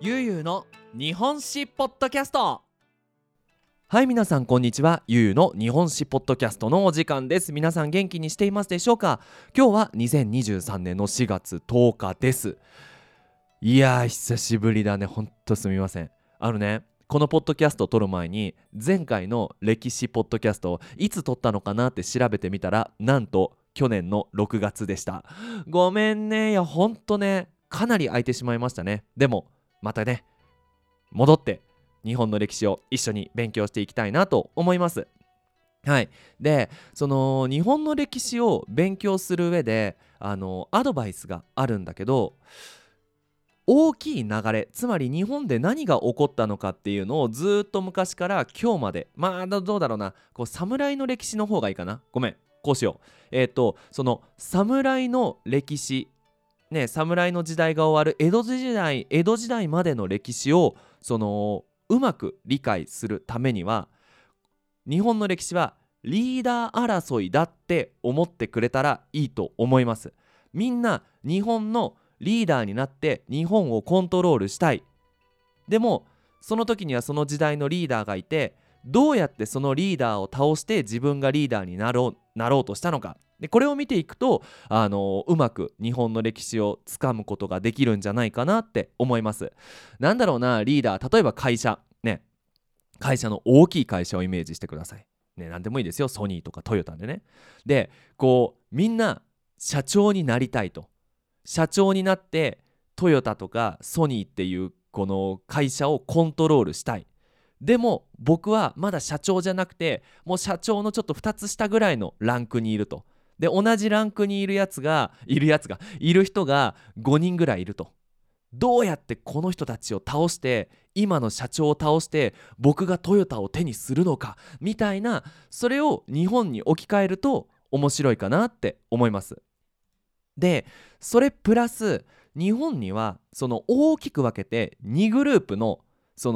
ゆうゆうの日本史ポッドキャスト。 はい、皆さんこんにちは。ゆうゆうの日本史ポッドキャストのお時間です。皆さん元気にしていますでしょうか。今日は2023年の4月10日です。いやー久しぶりだね。ほんとすみません。このポッドキャストを撮る前に前回の歴史ポッドキャストをいつ撮ったのかなって調べてみたら、なんと去年の6月でした。ごめんね。いやほんとね、かなり空いてしまいましたね。でもまたね、戻って日本の歴史を一緒に勉強していきたいなと思います。はい。で、その日本の歴史を勉強する上でアドバイスがあるんだけど、大きい流れ、つまり日本で何が起こったのかっていうのをずっと昔から今日まで、どうだろうな、こう侍の歴史の方がいいかな。ごめん、こうしよう。その侍の歴史ね、侍の時代が終わる江戸時代までの歴史をうまく理解するためには、日本の歴史はリーダー争いだって思ってくれたらいいと思います。みんな日本のリーダーになって日本をコントロールしたい。でもその時にはその時代のリーダーがいて、どうやってそのリーダーを倒して自分がリーダーになろうとしたのか。でこれを見ていくとうまく日本の歴史をつかむことができるんじゃないかなって思います。なんだろうな、リーダー、例えば会社ね、会社の大きい会社をイメージしてくださいね。何でもいいですよ、ソニーとかトヨタでね。でこうみんな社長になりたいと。社長になってトヨタとかソニーっていうこの会社をコントロールしたい。でも僕はまだ社長じゃなくて、もう社長のちょっと2つ下ぐらいのランクにいると。で同じランクにいる人が5人ぐらいいると。どうやってこの人たちを倒して、今の社長を倒して僕がトヨタを手にするのかみたいな、それを日本に置き換えると面白いかなって思います。でそれプラス、日本にはその大きく分けて2グループの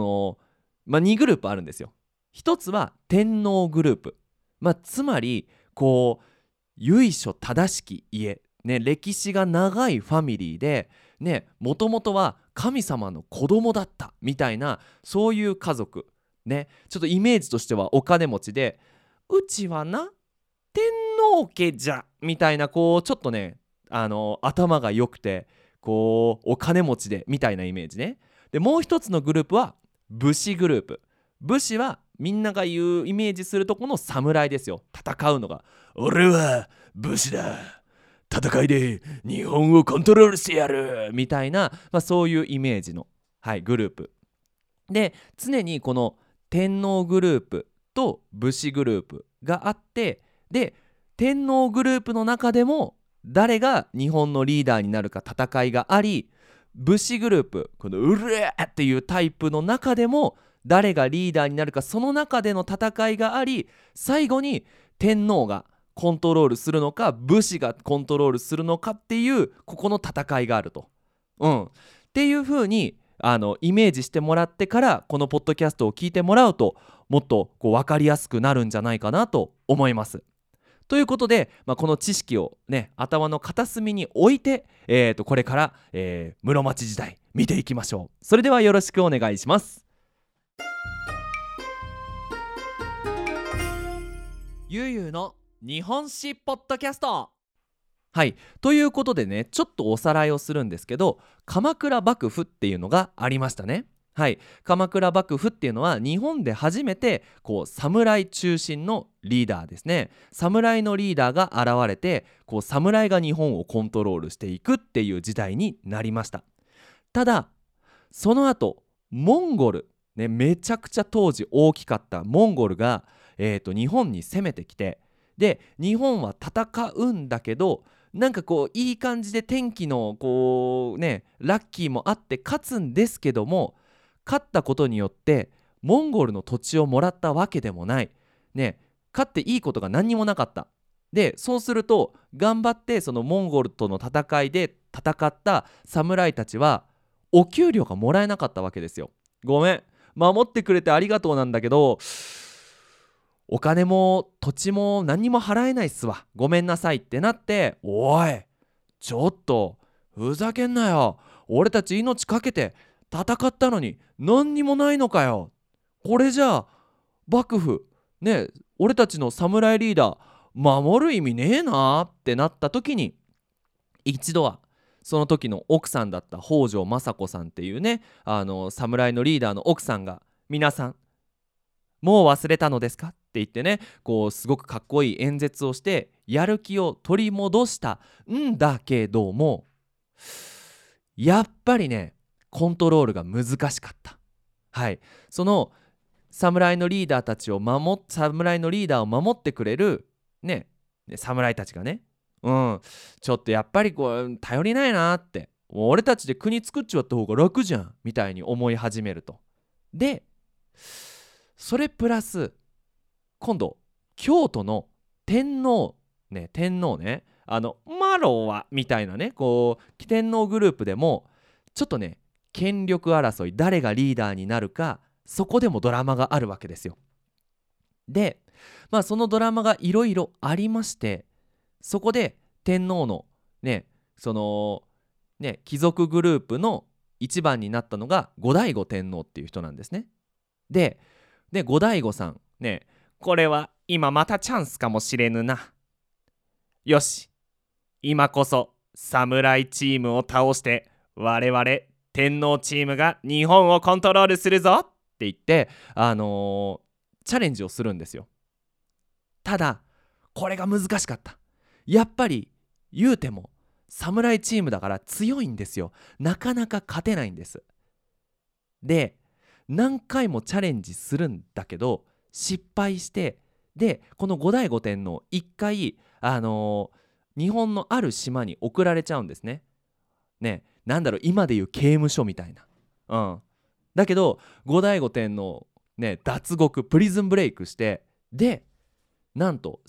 2グループあるんですよ。一つは天皇グループ、つまりこう由緒正しき家、歴史が長いファミリーでもともとは神様の子供だったみたいな、そういう家族ちょっとイメージとしてはお金持ちで、うちはな天皇家じゃみたいな、こうちょっとね頭が良くてこうお金持ちでみたいなイメージね。でもう一つのグループは武士グループ。武士はみんなが言うイメージするとこの侍ですよ。戦うのが、俺は武士だ、戦いで日本をコントロールしてやるみたいな、そういうイメージの、グループで、常にこの天皇グループと武士グループがあって、で天皇グループの中でも誰が日本のリーダーになるか戦いがあり、武士グループ、このうるえっていうタイプの中でも誰がリーダーになるか、その中での戦いがあり、最後に天皇がコントロールするのか武士がコントロールするのかっていう、ここの戦いがあると、っていう風にイメージしてもらってからこのポッドキャストを聞いてもらうと、もっとこう分かりやすくなるんじゃないかなと思います。ということで、この知識を頭の片隅に置いて、これから、室町時代見ていきましょう。それではよろしくお願いします。 ゆうゆうの日本史ポッドキャスト。 はい、ということでね、ちょっとおさらいをするんですけど、鎌倉幕府っていうのがありましたね。鎌倉幕府っていうのは日本で初めてこう侍中心のリーダーですね。侍のリーダーが現れて、こう侍が日本をコントロールしていくっていう時代になりました。ただその後モンゴル、めちゃくちゃ当時大きかったモンゴルが、日本に攻めてきて、で日本は戦うんだけど、なんかこういい感じで天気のこうラッキーもあって勝つんですけども、勝ったことによってモンゴルの土地をもらったわけでもない勝っていいことが何にもなかった。でそうすると頑張ってそのモンゴルとの戦いで戦った侍たちはお給料がもらえなかったわけですよ。ごめん、守ってくれてありがとうなんだけど、お金も土地も何にも払えないっすわ、ごめんなさいってなって、おいちょっとふざけんなよ、俺たち命かけて戦ったのに何にもないのかよ。これじゃあ幕府ね、俺たちの侍リーダー守る意味ねえなってなった時に、一度はその時の奥さんだった北条政子さんっていうね、侍のリーダーの奥さんが、皆さんもう忘れたのですかって言ってね、こうすごくかっこいい演説をしてやる気を取り戻したんだけども、やっぱりねコントロールが難しかった。はい、その侍のリーダーを守ってくれるね侍たちがね、ちょっとやっぱりこう頼りないなって、もう俺たちで国作っちゃった方が楽じゃんみたいに思い始めると。でそれプラス今度京都の天皇ね、マロワみたいなね、こう天皇グループでもちょっとね権力争い、誰がリーダーになるか、そこでもドラマがあるわけですよ。でそのドラマがいろいろありまして、そこで天皇のね貴族グループの一番になったのが後醍醐天皇っていう人なんですね。で後醍醐さんね、これは今またチャンスかもしれぬな。よし、今こそ侍チームを倒して我々天皇チームが日本をコントロールするぞって言って、チャレンジをするんですよ。ただこれが難しかった。やっぱり言うても侍チームだから強いんですよ。なかなか勝てないんです。で何回もチャレンジするんだけど失敗して、でこの後醍醐天皇一回日本のある島に送られちゃうんですね。なんだろう、今でいう刑務所みたいな。だけど後醍醐天皇脱獄プリズンブレイクして、でなんと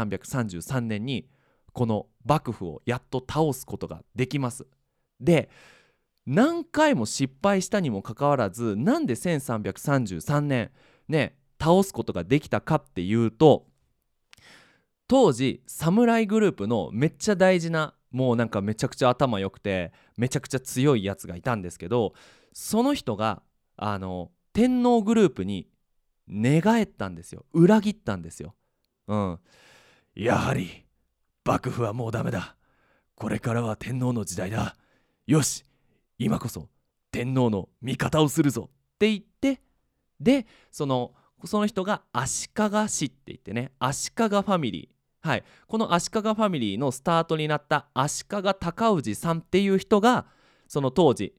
1333年にこの幕府をやっと倒すことができます。で何回も失敗したにもかかわらず、なんで1333年倒すことができたかっていうと、当時侍グループのめっちゃ大事な、もうなんかめちゃくちゃ頭良くてめちゃくちゃ強いやつがいたんですけど、その人が天皇グループに寝返ったんですよ。裏切ったんですよ。やはり幕府はもうダメだ。これからは天皇の時代だ。よし、今こそ天皇の味方をするぞって言って、でその人が足利氏って言ってね、足利ファミリー、はい、この足利ファミリーのスタートになった足利尊氏さんっていう人が、その当時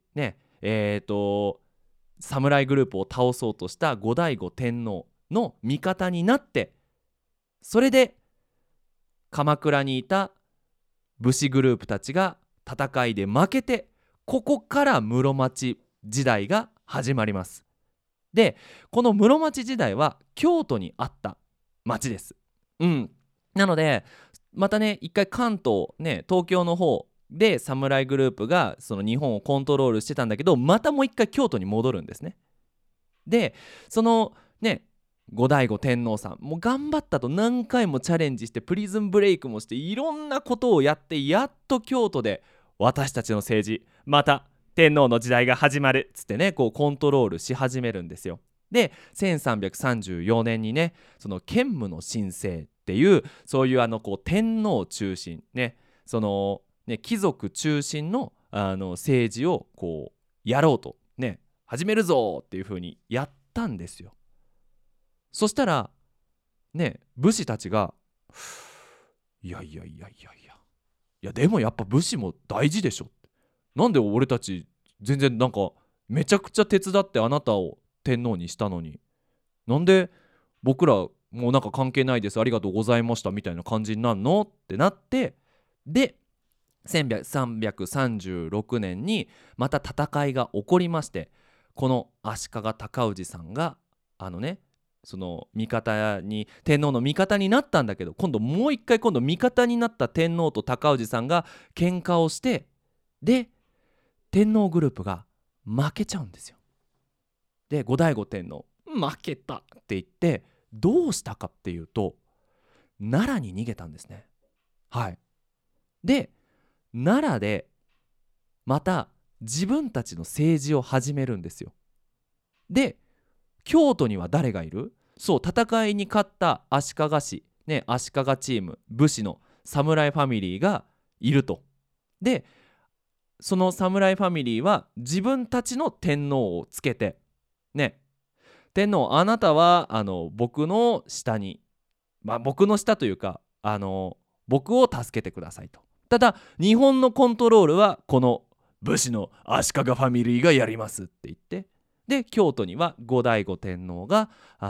侍グループを倒そうとした後醍醐天皇の味方になって、それで鎌倉にいた武士グループたちが戦いで負けて、ここから室町時代が始まります。でこの室町時代は京都にあった町です。なのでまたね一回関東東京の方で侍グループがその日本をコントロールしてたんだけど、またもう一回京都に戻るんですね。でその後醍醐天皇さんも頑張ったと、何回もチャレンジしてプリズンブレイクもしていろんなことをやって、やっと京都で私たちの政治また天皇の時代が始まるっつってこうコントロールし始めるんですよ。で1334年にその建武の新政っていう、そういうこう天皇中心その貴族中心の政治をこうやろうと始めるぞっていう風にやったんですよ。そしたら武士たちがいやでもやっぱ武士も大事でしょ、なんで俺たち全然なんかめちゃくちゃ手伝ってあなたを天皇にしたのに、なんで僕らもうなんか関係ないです、ありがとうございましたみたいな感じになるのってなって、で1336年にまた戦いが起こりまして、この足利尊氏さんがその天皇の味方になったんだけど、今度もう一回味方になった天皇と尊氏さんが喧嘩をして、で天皇グループが負けちゃうんですよ。で後醍醐天皇負けたって言ってどうしたかっていうと、奈良に逃げたんですね。はい。で奈良でまた自分たちの政治を始めるんですよ。で京都には誰がいる？そう、戦いに勝った足利氏、ね、足利チーム武士の侍ファミリーがいると。でその侍ファミリーは自分たちの天皇をつけてね、天皇あなたは僕の下に、僕の下というか僕を助けてくださいと。ただ日本のコントロールはこの武士の足利ファミリーがやりますって言って、で京都には後醍醐天皇が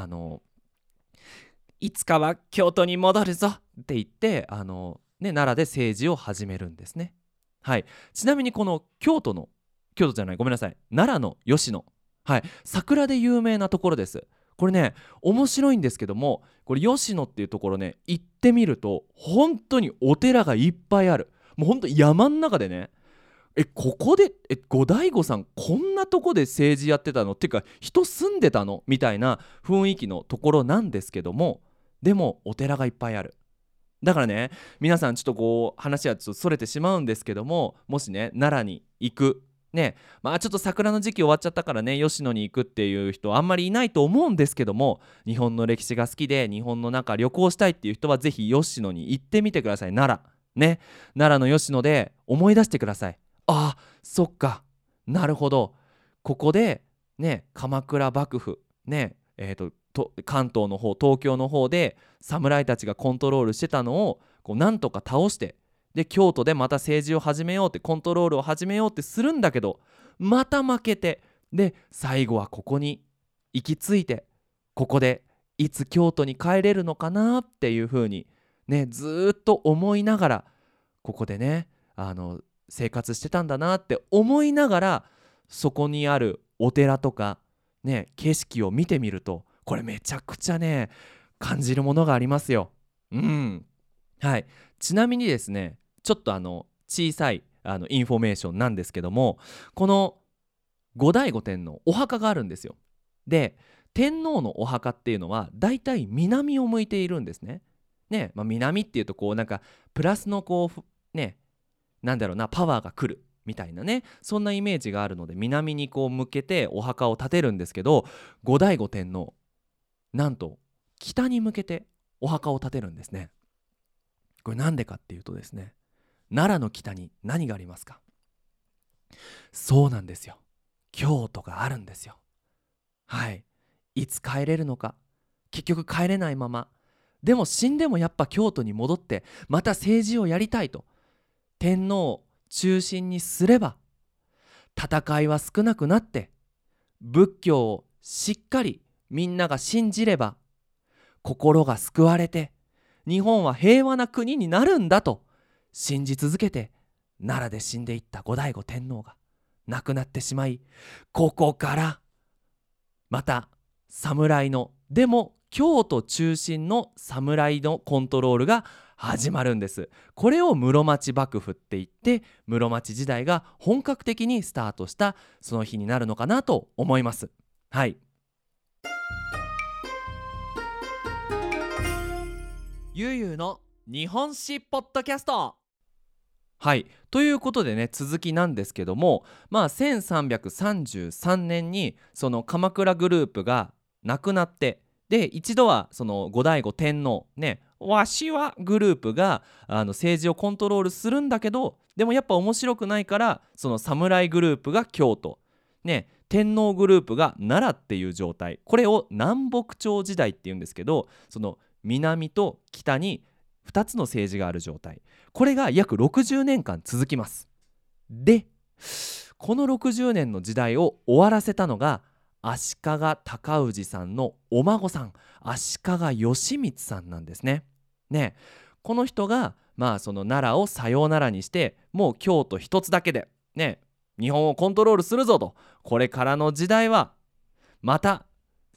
いつかは京都に戻るぞって言って奈良で政治を始めるんですね。はい、ちなみにこの京都じゃない、ごめんなさい、奈良の吉野、はい、桜で有名なところです。これね面白いんですけども、これ吉野っていうところね行ってみると本当にお寺がいっぱいある。もう本当山ん中でね、ここで後醍醐さんこんなとこで政治やってたのっていうか人住んでたのみたいな雰囲気のところなんですけども、でもお寺がいっぱいある。だからね皆さんちょっとこう話はちょっとそれてしまうんですけども、もしね奈良に行くね、ちょっと桜の時期終わっちゃったからね吉野に行くっていう人あんまりいないと思うんですけども、日本の歴史が好きで日本の中旅行したいっていう人はぜひ吉野に行ってみてください。奈良ね、奈良の吉野で思い出してください。あ、そっか、なるほど、ここでね鎌倉幕府ね関東の方東京の方で侍たちがコントロールしてたのをこうなんとか倒して、で京都でまた政治を始めようってコントロールを始めようってするんだけどまた負けて、で最後はここに行き着いて、ここでいつ京都に帰れるのかなっていう風にねずっと思いながらここでね生活してたんだなって思いながら、そこにあるお寺とかね景色を見てみるとこれめちゃくちゃね感じるものがありますよ。はい、ちなみにですねちょっと小さいインフォメーションなんですけども、この後醍醐天皇お墓があるんですよ。で天皇のお墓っていうのはだいたい南を向いているんですね。南っていうとこうなんかプラスのこうねなんだろうなパワーが来るみたいなね、そんなイメージがあるので南にこう向けてお墓を建てるんですけど、後醍醐天皇なんと北に向けてお墓を建てるんですね。これなんでかっていうとですね、奈良の北に何がありますか？そうなんですよ、京都があるんですよ。はい、いつ帰れるのか、結局帰れないまま、でも死んでもやっぱ京都に戻ってまた政治をやりたいと天皇を中心にすれば戦いは少なくなって、仏教をしっかりみんなが信じれば心が救われて日本は平和な国になるんだと信じ続けて、奈良で死んでいった後醍醐天皇が亡くなってしまい、ここからまた侍のでも京都中心の侍のコントロールが始まるんです。これを室町幕府って言って、室町時代が本格的にスタートしたその日になるのかなと思います。はい、 ゆうゆうの日本史ポッドキャスト。 はい、ということでね続きなんですけども、1333年にその鎌倉グループがなくなって、で一度はその後醍醐天皇ねわしはグループが政治をコントロールするんだけど、でもやっぱ面白くないからその侍グループが京都ね、天皇グループが奈良っていう状態、これを南北朝時代っていうんですけど、その南と北に2つの政治がある状態、これが約60年間続きます。でこの60年の時代を終わらせたのが足利尊氏さんのお孫さん足利義満さんなんですね。この人がその奈良をさようならにして、もう京都一つだけで日本をコントロールするぞと、これからの時代はまた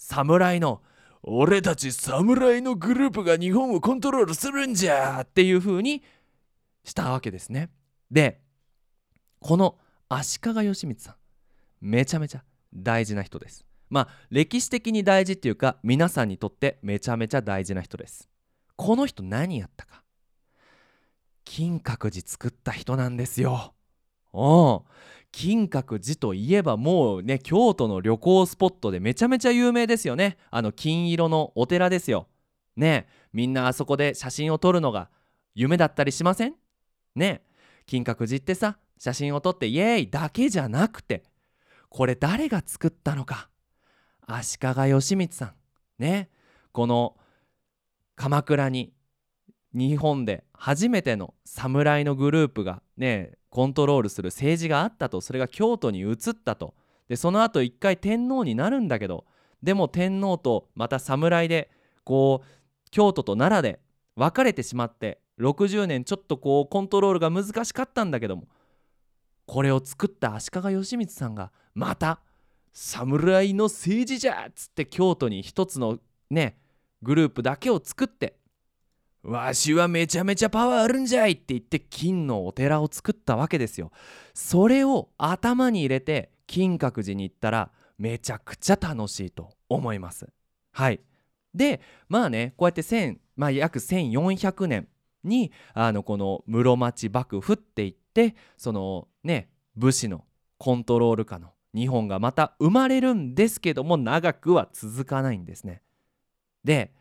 俺たち侍のグループが日本をコントロールするんじゃっていう風にしたわけですね。でこの足利義満さんめちゃめちゃ大事な人です。歴史的に大事っていうか皆さんにとってめちゃめちゃ大事な人です。この人何やったか、金閣寺作った人なんですよ。 金閣寺といえばもうね、京都の旅行スポットでめちゃめちゃ有名ですよね。金色のお寺ですよ。ね、みんなあそこで写真を撮るのが夢だったりしません？ね、金閣寺ってさ、写真を撮ってイエーイだけじゃなくて、これ誰が作ったのか。足利義満さんね、この鎌倉に日本で初めての侍のグループがねコントロールする政治があったと。それが京都に移ったと。でその後一回天皇になるんだけど、でも天皇とまた侍でこう京都と奈良で分かれてしまって、60年ちょっとこうコントロールが難しかったんだけども、これを作った足利義満さんがまた侍の政治じゃっつって京都に一つのねグループだけを作って、わしはめちゃめちゃパワーあるんじゃいって言って金のお寺を作ったわけですよ。それを頭に入れて金閣寺に行ったらめちゃくちゃ楽しいと思います。はい。でまあね、こうやって約1400年にこの室町幕府って言って、そのね武士のコントロール下の日本がまた生まれるんですけども、長くは続かないんですね。で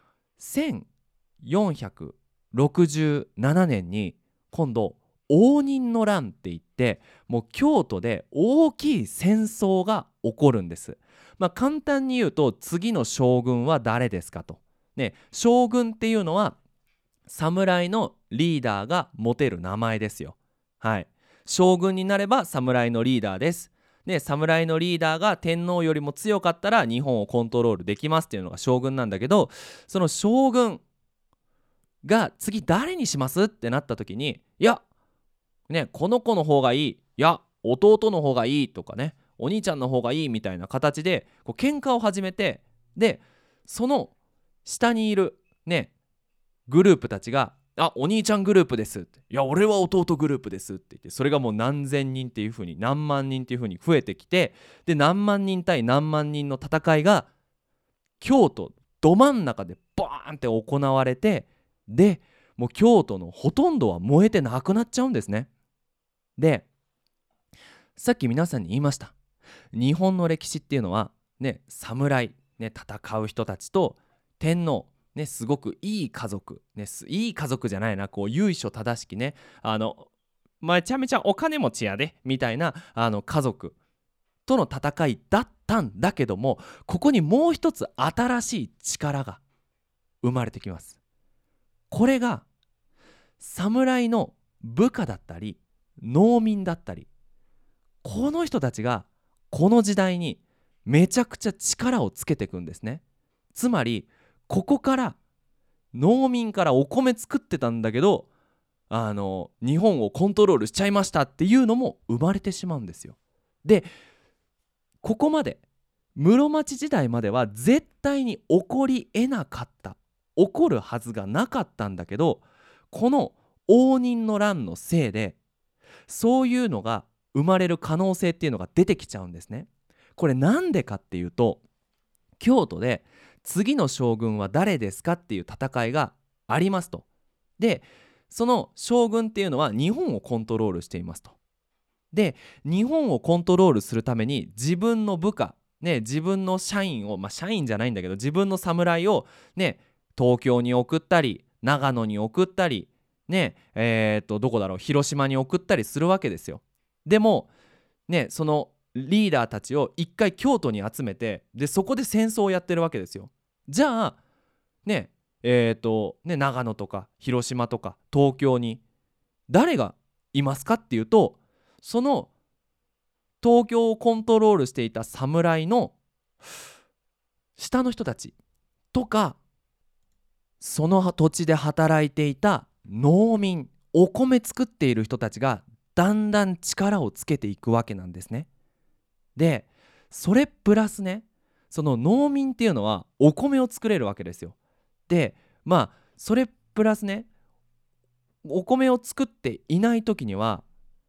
1467年に今度応仁の乱って言って、もう京都で大きい戦争が起こるんです。簡単に言うと、次の将軍は誰ですかと、ね、将軍っていうのは侍のリーダーが持てる名前ですよ。はい、将軍になれば侍のリーダーです。で侍のリーダーが天皇よりも強かったら日本をコントロールできますっていうのが将軍なんだけど、その将軍が次誰にしますってなった時に、いやね、この子の方がいい、いや弟の方がいいとかね、お兄ちゃんの方がいいみたいな形でこう喧嘩を始めて、でその下にいるねグループたちが、お兄ちゃんグループですって、いや俺は弟グループですって言って、それがもう何千人っていう風に何万人っていう風に増えてきて、で何万人対何万人の戦いが京都ど真ん中でバーンって行われて、でもう京都のほとんどは燃えてなくなっちゃうんですね。でさっき皆さんに言いました、日本の歴史っていうのはね、侍ね、戦う人たちと天皇ね、すごくいい家族ね、いい家族じゃないな、こう由緒正しきね、めちゃめちゃお金持ちやでみたいな家族との戦いだったんだけども、ここにもう一つ新しい力が生まれてきます。これが侍の部下だったり農民だったり、この人たちがこの時代にめちゃくちゃ力をつけていくんですね。つまりここから農民からお米作ってたんだけど日本をコントロールしちゃいましたっていうのも生まれてしまうんですよ。でここまで室町時代までは絶対に起こりえなかった、起こるはずがなかったんだけど、この応仁の乱のせいでそういうのが生まれる可能性っていうのが出てきちゃうんですね。これなんでかっていうと、京都で次の将軍は誰ですかっていう戦いがありますと。でその将軍っていうのは日本をコントロールしていますと。で日本をコントロールするために自分の部下ね、自分の社員を、社員じゃないんだけど自分の侍をね東京に送ったり長野に送ったりねどこだろう、広島に送ったりするわけですよ。でもねそのリーダーたちを一回京都に集めて、でそこで戦争をやってるわけですよ。じゃあね長野とか広島とか東京に誰がいますかっていうと、その東京をコントロールしていた侍の下の人たちとか、その土地で働いていた農民、お米作っている人たちがだんだん力をつけていくわけなんですね。でそれプラスね、その農民っていうのはお米を作れるわけですよ。でそれプラスね、お米を作っていない時には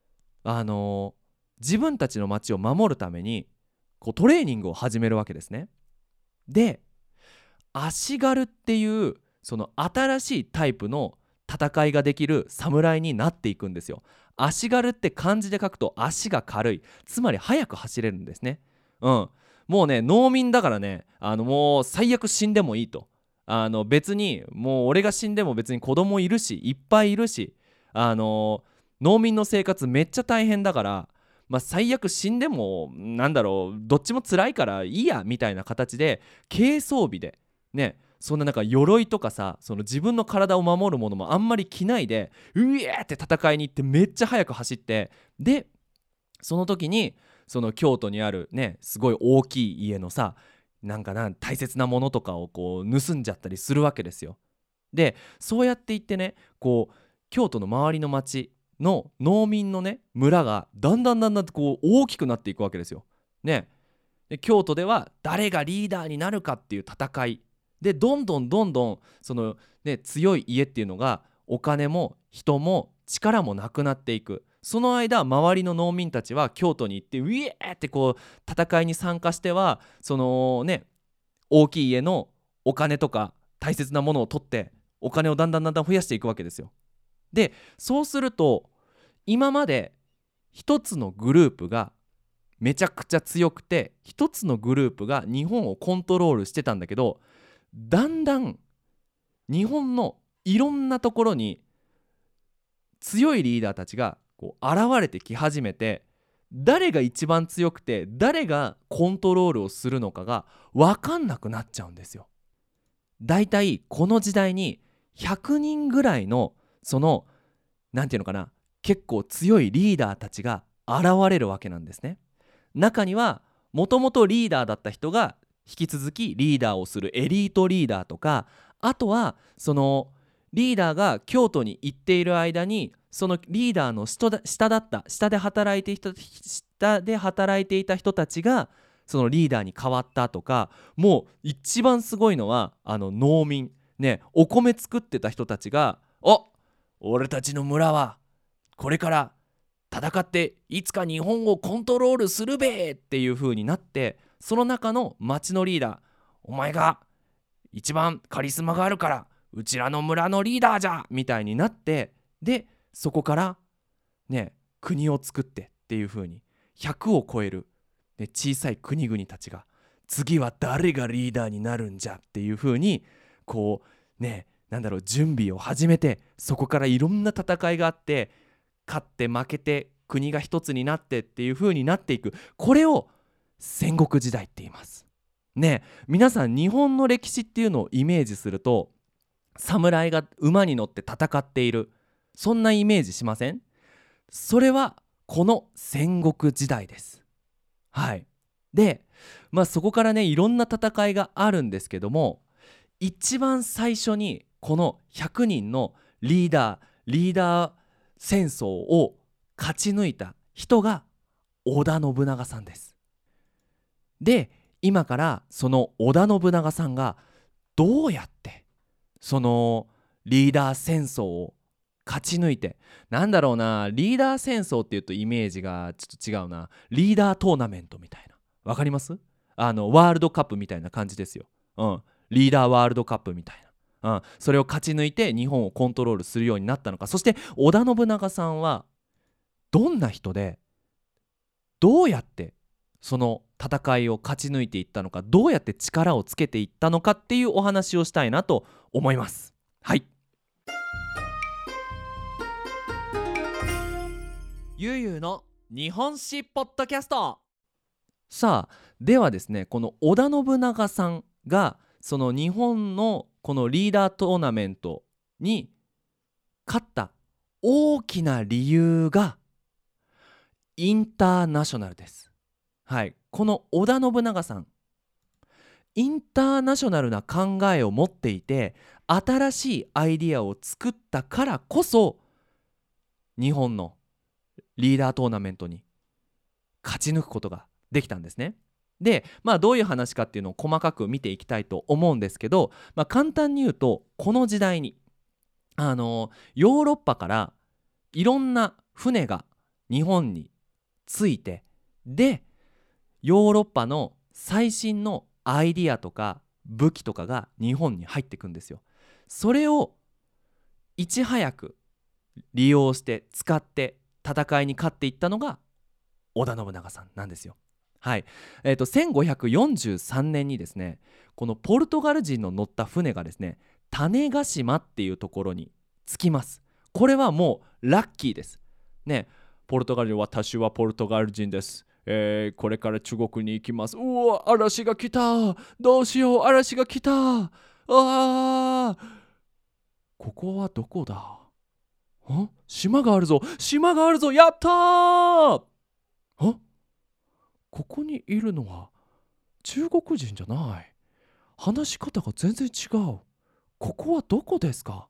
自分たちの町を守るためにこうトレーニングを始めるわけですね。で足軽っていうその新しいタイプの戦いができる侍になっていくんですよ。足軽って漢字で書くと足が軽い、つまり速く走れるんですね。もうね農民だからね、もう最悪死んでもいいと。別にもう俺が死んでも別に子供いるしいっぱいいるし、農民の生活めっちゃ大変だから、最悪死んでもどっちも辛いからいいやみたいな形で軽装備でね、そんな鎧とかさ、その自分の体を守るものもあんまり着ないでうえーって戦いに行ってめっちゃ速く走って、でその時にその京都にあるねすごい大きい家のさ、大切なものとかをこう盗んじゃったりするわけですよ。でそうやって言ってね、こう京都の周りの町の農民のね村がだんだんとこう大きくなっていくわけですよ。ね、で京都では誰がリーダーになるかっていう戦いで、どんどんその、ね、強い家っていうのがお金も人も力もなくなっていく。その間周りの農民たちは京都に行ってウィーってこう戦いに参加しては、そのね大きい家のお金とか大切なものを取ってお金をだんだん増やしていくわけですよ。でそうすると今まで一つのグループがめちゃくちゃ強くて一つのグループが日本をコントロールしてたんだけど、だんだん日本のいろんなところに強いリーダーたちがこう現れてき始めて、誰が一番強くて誰がコントロールをするのかが分かんなくなっちゃうんですよ。だいたいこの時代に100人ぐらいのそのなんていうのかな、結構強いリーダーたちが現れるわけなんですね。中にはもともとリーダーだった人が引き続きリーダーをするエリートリーダーとか、あとはそのリーダーが京都に行っている間にそのリーダーの下で働いていた人たちがそのリーダーに変わったとか、もう一番すごいのは農民ね、お米作ってた人たちが俺たちの村はこれから戦っていつか日本をコントロールするべっていう風になって、その中の町のリーダー、お前が一番カリスマがあるからうちらの村のリーダーじゃみたいになって、でそこからね国を作ってっていう風に100を超える、ね、小さい国々たちが次は誰がリーダーになるんじゃっていう風にこうね準備を始めて、そこからいろんな戦いがあって勝って負けて国が一つになってっていう風になっていく。これを戦国時代って言いますね。皆さん日本の歴史っていうのをイメージすると侍が馬に乗って戦っている、そんなイメージしません？それはこの戦国時代です。はい。でそこからねいろんな戦いがあるんですけども、一番最初にこの100人のリーダー戦争を勝ち抜いた人が織田信長さんです。で今からその織田信長さんがどうやってそのリーダー戦争を勝ち抜いて、リーダー戦争っていうとイメージがちょっと違うな。リーダートーナメントみたいな、わかります？ワールドカップみたいな感じですよ。リーダーワールドカップみたいな、それを勝ち抜いて日本をコントロールするようになったのか。そして織田信長さんはどんな人でどうやってその戦いを勝ち抜いていったのか、どうやって力をつけていったのかっていうお話をしたいなと思います。はい。 ゆうゆうの日本史ポッドキャスト。 さあではですね、この織田信長さんがその日本のこのリーダートーナメントに勝った大きな理由がインターナショナルです。はい、この織田信長さんインターナショナルな考えを持っていて新しいアイディアを作ったからこそ日本のリーダートーナメントに勝ち抜くことができたんですね。でどういう話かっていうのを細かく見ていきたいと思うんですけど、簡単に言うとこの時代にヨーロッパからいろんな船が日本に着いて、でヨーロッパの最新のアイディアとか武器とかが日本に入ってくんですよ。それをいち早く利用して使って戦いに勝っていったのが織田信長さんなんですよ。はい、1543年にですね、このポルトガル人の乗った船がですね、種子島っていうところに着きます。これはもうラッキーですね。ポルトガル人、私はポルトガル人です、これから中国に行きます。うわ、嵐が来た、どうしよう、嵐が来た、ここはどこだ、島があるぞ、島があるぞ、やったー。ここにいるのは中国人じゃない。話し方が全然違う。ここはどこですか？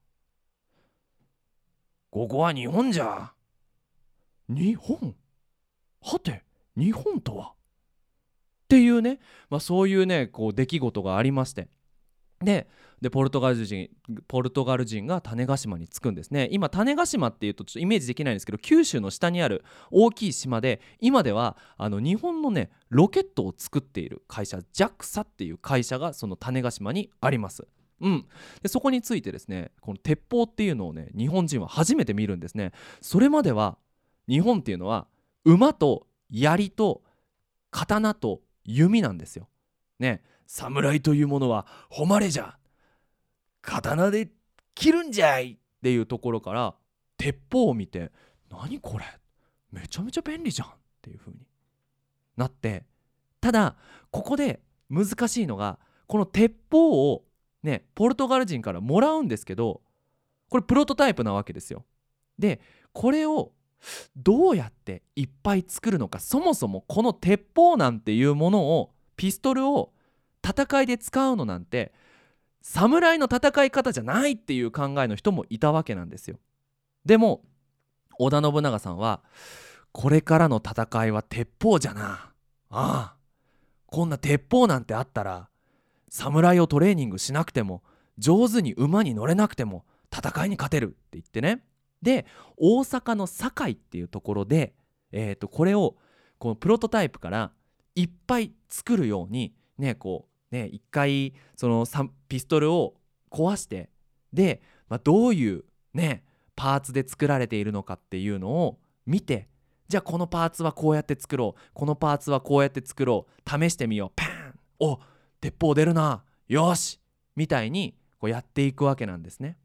ここは日本じゃ。日本？はて、日本とはっていうね、そういうね、こう出来事がありまして、でポルトガル人が種子島に着くんですね。今種子島っていうとちょっとイメージできないんですけど、九州の下にある大きい島で、今では日本のねロケットを作っている会社 JAXA っていう会社がその種子島にあります。でそこについてですね、この鉄砲っていうのをね日本人は初めて見るんですね。それまでは日本っていうのは馬と槍と刀と弓なんですよね。侍というものは誉れじゃ、刀で切るんじゃいっていうところから、鉄砲を見て何これめちゃめちゃ便利じゃんっていう風になって、ただここで難しいのが、この鉄砲をねポルトガル人からもらうんですけど、これプロトタイプなわけですよ。でこれをどうやっていっぱい作るのか、そもそもこの鉄砲なんていうものを、ピストルを戦いで使うのなんて侍の戦い方じゃないっていう考えの人もいたわけなんですよ。でも織田信長さんは、これからの戦いは鉄砲じゃなあ、こんな鉄砲なんてあったら侍をトレーニングしなくても、上手に馬に乗れなくても戦いに勝てるって言ってね。で大阪の堺っていうところで、これをこのプロトタイプからいっぱい作るようにね、こうね一回そのピストルを壊して、で、どういうねパーツで作られているのかっていうのを見て、じゃあこのパーツはこうやって作ろう、このパーツはこうやって作ろう、試してみよう、パーン、お、鉄砲出るな、よしみたいにこうやっていくわけなんですね。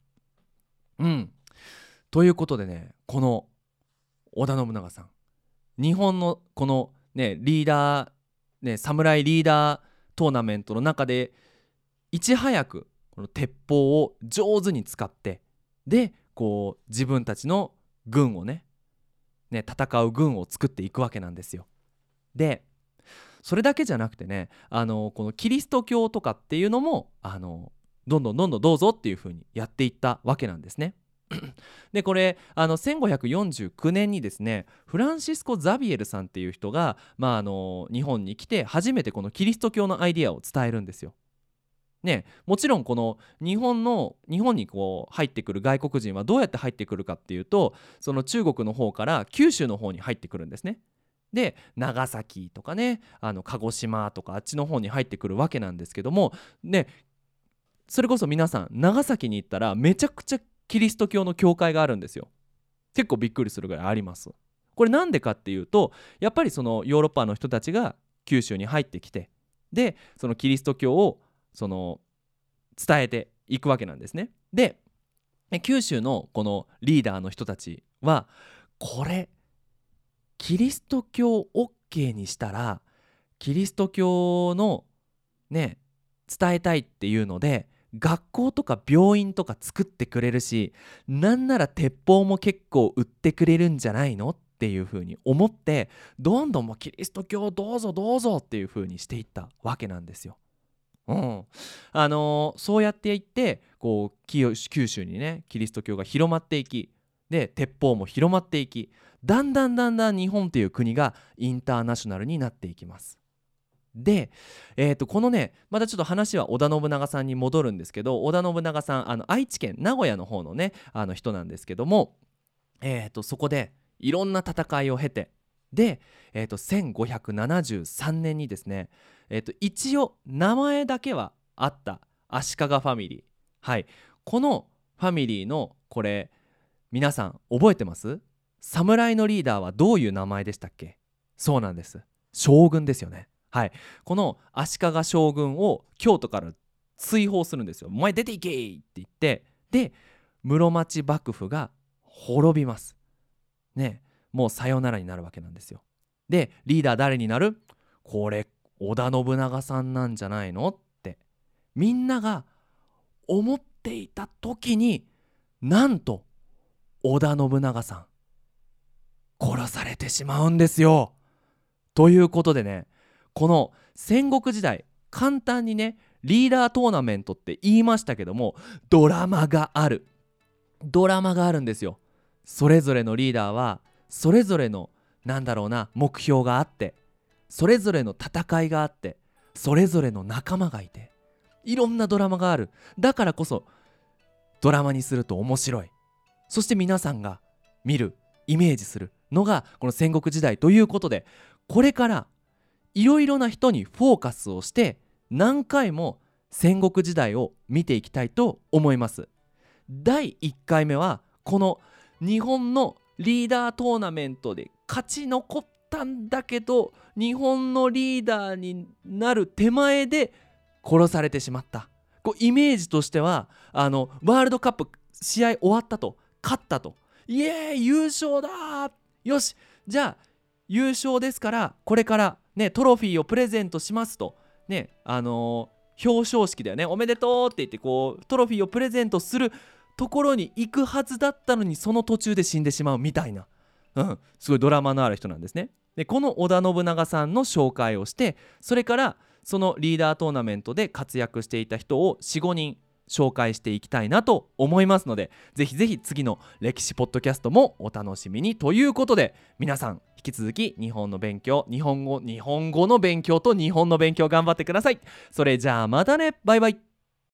ということでね、この織田信長さん、日本のこのねリーダーね侍リーダートーナメントの中でいち早くこの鉄砲を上手に使って、でこう自分たちの軍をね戦う軍を作っていくわけなんですよ。でそれだけじゃなくてね、このキリスト教とかっていうのもどんどんどうぞっていう風にやっていったわけなんですね。でこれ1549年にですね、フランシスコ・ザビエルさんっていう人が、日本に来て初めてこのキリスト教のアイディアを伝えるんですよ。もちろんこの日本にこう入ってくる外国人はどうやって入ってくるかっていうと、その中国の方から九州の方に入ってくるんですね。で長崎とかね、鹿児島とかあっちの方に入ってくるわけなんですけどもね、それこそ皆さん長崎に行ったらめちゃくちゃキリスト教の教会があるんですよ。結構びっくりするぐらいあります。これなんでかっていうと、やっぱりそのヨーロッパの人たちが九州に入ってきて、でそのキリスト教をその伝えていくわけなんですね。で九州のこのリーダーの人たちは、これキリスト教 OK にしたらキリスト教のね伝えたいっていうので学校とか病院とか作ってくれるし、なんなら鉄砲も結構売ってくれるんじゃないのっていう風に思って、どんどんもうキリスト教どうぞどうぞっていう風にしていったわけなんですよ。そうやっていってこう九州にねキリスト教が広まっていき、で鉄砲も広まっていき、だんだん日本という国がインターナショナルになっていきます。で、このねまたちょっと話は織田信長さんに戻るんですけど、織田信長さん愛知県名古屋の方のね人なんですけども、そこでいろんな戦いを経て、で、1573年にですね、一応名前だけはあった足利ファミリー、はい、このファミリーのこれ皆さん覚えてます？侍のリーダーはどういう名前でしたっけ？そうなんです、将軍ですよね。はい、この足利将軍を京都から追放するんですよ。お前出ていけって言って、で室町幕府が滅びますね。もうさよならになるわけなんですよ。でリーダー誰になる？これ織田信長さんなんじゃないのってみんなが思っていた時に、なんと織田信長さん殺されてしまうんですよ。ということでね、この戦国時代、簡単にねリーダートーナメントって言いましたけども、ドラマがあるんですよ。それぞれのリーダーはそれぞれの目標があって、それぞれの戦いがあって、それぞれの仲間がいて、いろんなドラマがある。だからこそドラマにすると面白い。そして皆さんが見る、イメージするのがこの戦国時代ということで、これからいろいろな人にフォーカスをして何回も戦国時代を見ていきたいと思います。第1回目はこの日本のリーダートーナメントで勝ち残ったんだけど、日本のリーダーになる手前で殺されてしまった。こうイメージとしてはワールドカップ試合終わったと、勝ったと、イエーイ優勝だ、よしじゃあ優勝ですからこれからねトロフィーをプレゼントしますとね、表彰式だよね、おめでとうって言ってこうトロフィーをプレゼントするところに行くはずだったのに、その途中で死んでしまうみたいな、すごいドラマのある人なんですね。でこの織田信長さんの紹介をして、それからそのリーダートーナメントで活躍していた人を 4,5 人紹介していきたいなと思いますので、ぜひぜひ次の歴史ポッドキャストもお楽しみにということで、皆さん引き続き日本の勉強、日本語の勉強と日本の勉強頑張ってください。それじゃあまたね、バイバイ。